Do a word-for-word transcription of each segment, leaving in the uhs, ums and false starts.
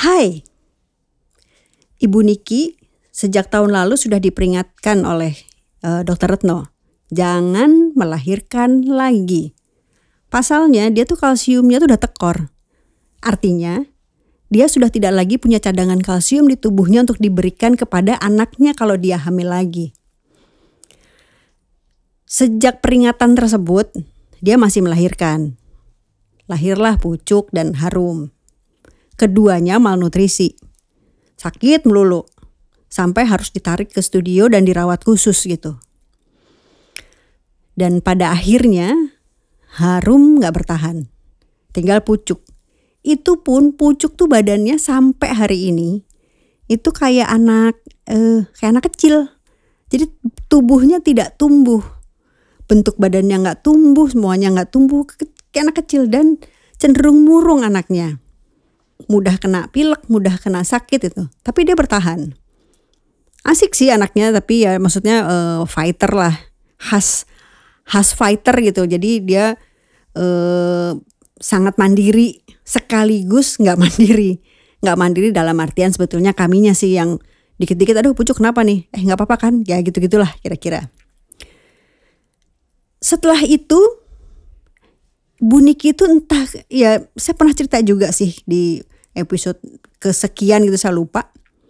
Hai, Ibu Niki sejak tahun lalu sudah diperingatkan oleh uh, dokter Retno, jangan melahirkan lagi. Pasalnya dia tuh kalsiumnya tuh udah tekor. Artinya dia sudah tidak lagi punya cadangan kalsium di tubuhnya untuk diberikan kepada anaknya kalau dia hamil lagi. Sejak peringatan tersebut, dia masih melahirkan. Lahirlah Pucuk dan Harum. Keduanya malnutrisi. Sakit melulu. Sampai harus ditarik ke studio dan dirawat khusus gitu. Dan pada akhirnya Harum gak bertahan. Tinggal Pucuk. Itu pun Pucuk tuh badannya sampai hari ini itu kayak anak eh, kayak anak kecil. Jadi tubuhnya tidak tumbuh. Bentuk badannya gak tumbuh, semuanya gak tumbuh, kayak anak kecil dan cenderung murung anaknya. Mudah kena pilek, mudah kena sakit itu. Tapi dia bertahan. Asik sih anaknya, tapi ya maksudnya uh, fighter lah. Khas khas fighter gitu. Jadi dia uh, sangat mandiri sekaligus gak mandiri. Gak mandiri dalam artian sebetulnya kaminya sih yang dikit-dikit aduh Pucuk kenapa nih? Eh gak apa-apa kan? Ya gitu-gitulah kira-kira. Setelah itu Bu Niki itu entah ya saya pernah cerita juga sih di episode kesekian gitu saya lupa.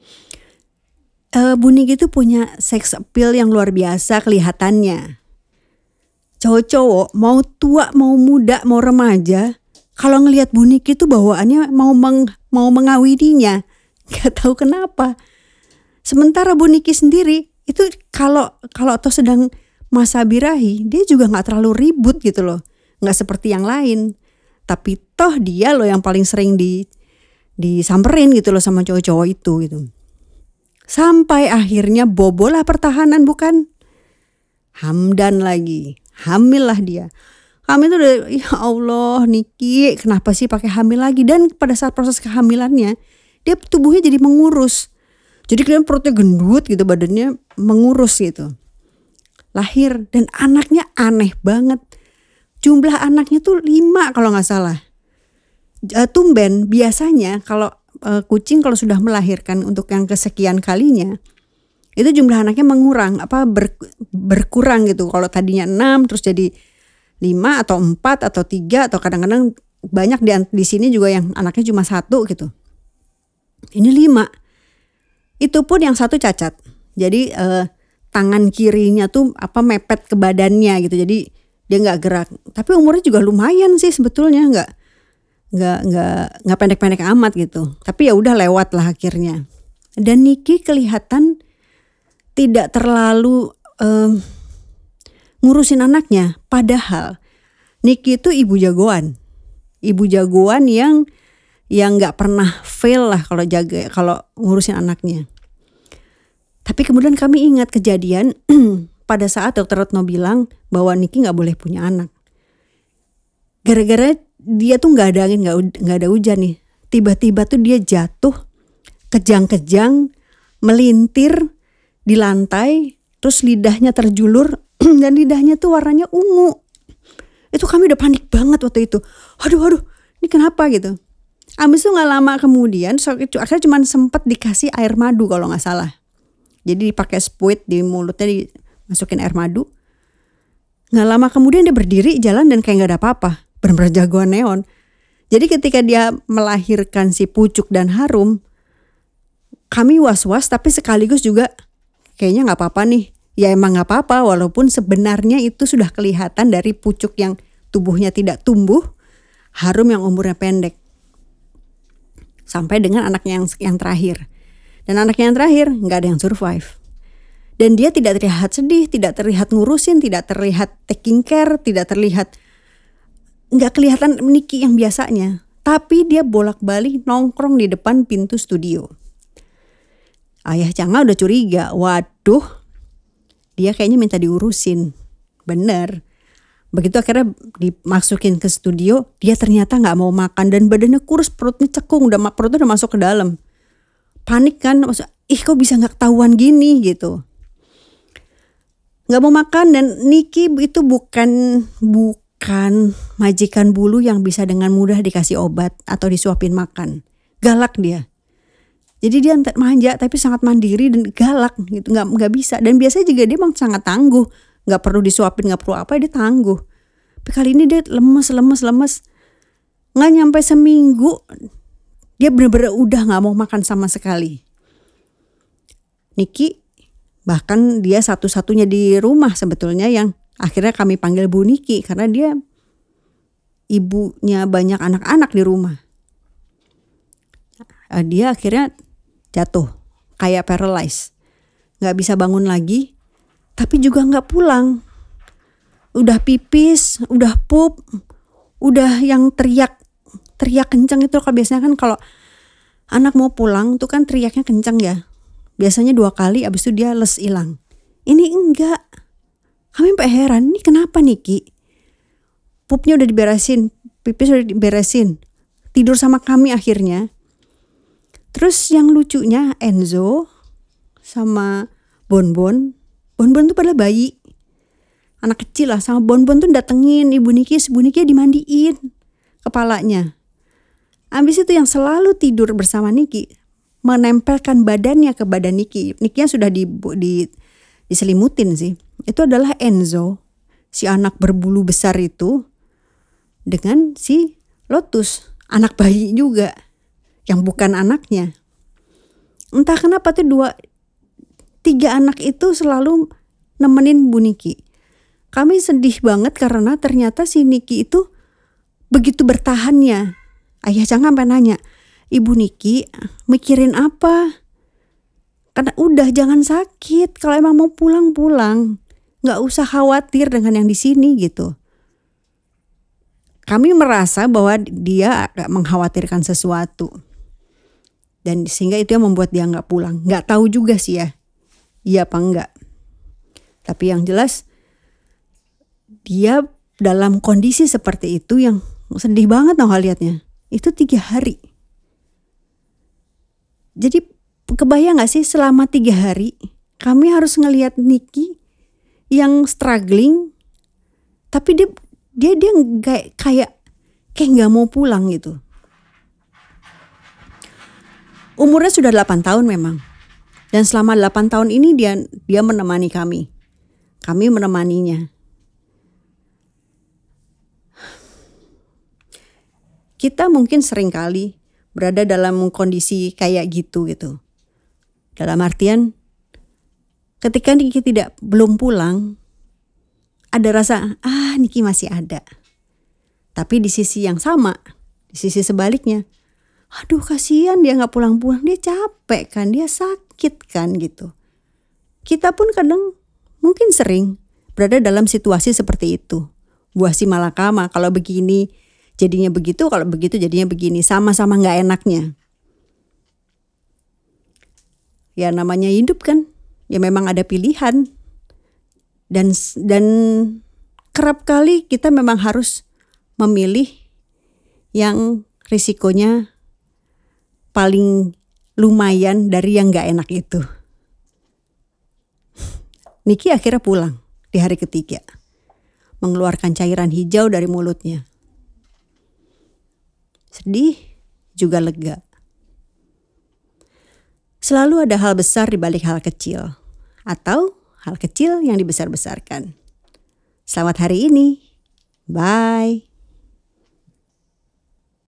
Uh, Bu Niki itu punya sex appeal yang luar biasa kelihatannya. Cowok-cowok mau tua mau muda mau remaja kalau ngelihat Bu Niki itu bawaannya mau meng, mau mengawininya. Gak tahu kenapa. Sementara Bu Niki sendiri itu kalau kalau atau sedang masa birahi dia juga nggak terlalu ribut gitu loh. Nggak seperti yang lain, tapi toh dia loh yang paling sering di disamperin gitu loh sama cowok-cowok itu gitu. Sampai akhirnya bobolah pertahanan bukan? Hamdan lagi, hamil lah dia. Hamil itu udah ya Allah Niki kenapa sih pakai hamil lagi? Dan pada saat proses kehamilannya dia tubuhnya jadi mengurus. Jadi kalian perutnya gendut gitu badannya mengurus gitu. Lahir dan anaknya aneh banget. Jumlah anaknya tuh lima kalau gak salah. Tumben biasanya kalau uh, kucing kalau sudah melahirkan untuk yang kesekian kalinya. Itu jumlah anaknya mengurang. Apa ber, berkurang gitu. Kalau tadinya enam terus jadi lima atau empat atau tiga. Atau kadang-kadang banyak di, di sini juga yang anaknya cuma satu gitu. Ini lima. Itu pun yang satu cacat. Jadi uh, tangan kirinya tuh apa mepet ke badannya gitu. Jadi dia nggak gerak, tapi umurnya juga lumayan sih sebetulnya nggak nggak nggak nggak pendek-pendek amat gitu. Tapi ya udah lewat lah akhirnya. Dan Niki kelihatan tidak terlalu um, ngurusin anaknya. Padahal Niki itu ibu jagoan, ibu jagoan yang yang nggak pernah fail lah kalau jaga kalau ngurusin anaknya. Tapi kemudian kami ingat kejadian. Pada saat dokter Retno bilang bahwa Niki gak boleh punya anak. Gara-gara dia tuh gak ada angin, gak, gak ada hujan nih. Tiba-tiba tuh dia jatuh, kejang-kejang, melintir di lantai. Terus lidahnya terjulur dan lidahnya tuh warnanya ungu. Itu kami udah panik banget waktu itu. Aduh, aduh, ini kenapa gitu. Abis itu gak lama kemudian, so, akhirnya cuma sempat dikasih air madu kalau gak salah. Jadi dipakai spuit di mulutnya di masukin air madu. Gak lama kemudian dia berdiri jalan dan kayak gak ada apa-apa. Bener-bener jagoan neon. Jadi ketika dia melahirkan si Pucuk dan Harum, kami was-was tapi sekaligus juga kayaknya gak apa-apa nih. Ya emang gak apa-apa walaupun sebenarnya itu sudah kelihatan dari Pucuk yang tubuhnya tidak tumbuh, Harum yang umurnya pendek. Sampai dengan anaknya yang, yang terakhir. Dan anaknya yang terakhir gak ada yang survive. Dan dia tidak terlihat sedih, tidak terlihat ngurusin, tidak terlihat taking care, tidak terlihat nggak kelihatan Niki yang biasanya. Tapi dia bolak-balik nongkrong di depan pintu studio. Ayah Canga udah curiga, waduh, dia kayaknya minta diurusin, bener. Begitu akhirnya dimasukin ke studio, dia ternyata nggak mau makan dan badannya kurus, perutnya cekung, udah perutnya udah masuk ke dalam. Panik kan, maksud, ih kok bisa nggak ketahuan gini gitu. Gak mau makan dan Niki itu bukan bukan majikan bulu yang bisa dengan mudah dikasih obat atau disuapin makan. Galak dia. Jadi dia manja tapi sangat mandiri dan galak gitu, nggak nggak bisa. Dan biasanya juga dia emang sangat tangguh, nggak perlu disuapin, nggak perlu apa, dia tangguh. Tapi kali ini dia lemes lemes lemes, nggak nyampe seminggu dia bener-bener udah nggak mau makan sama sekali. Niki bahkan dia satu-satunya di rumah sebetulnya yang akhirnya kami panggil Bu Niki karena dia ibunya banyak anak-anak di rumah. Dia akhirnya jatuh kayak paralyzed, nggak bisa bangun lagi, tapi juga nggak pulang. Udah pipis, udah pup, udah yang teriak teriak kencang itu. Kalau biasanya kan kalau anak mau pulang tuh kan teriaknya kencang ya, biasanya dua kali abis itu dia les hilang. Ini enggak. Kami sampai heran, ini kenapa Niki? Pupnya udah diberesin, pipis udah diberesin, tidur sama kami akhirnya. Terus yang lucunya Enzo sama Bonbon, Bonbon tuh pada bayi, anak kecil lah, sama Bonbon tuh datengin Ibu Niki, Ibu Niki dimandiin kepalanya. Abis itu yang selalu tidur bersama Niki, menempelkan badannya ke badan Niki. Nikinya sudah di, di, diselimutin sih. Itu adalah Enzo, si anak berbulu besar itu, dengan si Lotus, anak bayi juga, yang bukan anaknya. Entah kenapa tuh dua, tiga anak itu selalu nemenin Bu Niki. Kami sedih banget karena ternyata si Niki itu begitu bertahannya. Ayah Chang sampai nanya, Ibu Niki mikirin apa? Karena udah jangan sakit, kalau emang mau pulang-pulang, nggak usah khawatir dengan yang di sini gitu. Kami merasa bahwa dia agak mengkhawatirkan sesuatu. Dan sehingga itu yang membuat dia nggak pulang. Nggak tahu juga sih ya, iya apa enggak. Tapi yang jelas dia dalam kondisi seperti itu yang sedih banget tau lihatnya. Itu tiga hari. Jadi kebayang nggak sih selama tiga hari kami harus ngelihat Niki yang struggling, tapi dia dia dia nggak kayak kayak nggak mau pulang gitu. Umurnya sudah delapan tahun memang. Dan selama delapan tahun ini dia dia menemani kami. Kami menemaninya. Kita mungkin sering kali berada dalam kondisi kayak gitu gitu. Dalam artian ketika Niki tidak belum pulang, ada rasa ah Niki masih ada. Tapi di sisi yang sama, di sisi sebaliknya, aduh kasihan dia gak pulang-pulang, dia capek kan, dia sakit kan gitu. Kita pun kadang mungkin sering berada dalam situasi seperti itu. Buah si malakama, kalau begini jadinya begitu, kalau begitu jadinya begini, sama-sama gak enaknya. Ya namanya hidup kan, ya memang ada pilihan. Dan dan kerap kali kita memang harus memilih yang risikonya paling lumayan dari yang gak enak itu. Niki akhirnya pulang di hari ketiga, mengeluarkan cairan hijau dari mulutnya. Sedih juga lega. Selalu ada hal besar di balik hal kecil, atau hal kecil yang dibesar-besarkan. Selamat hari ini. Bye.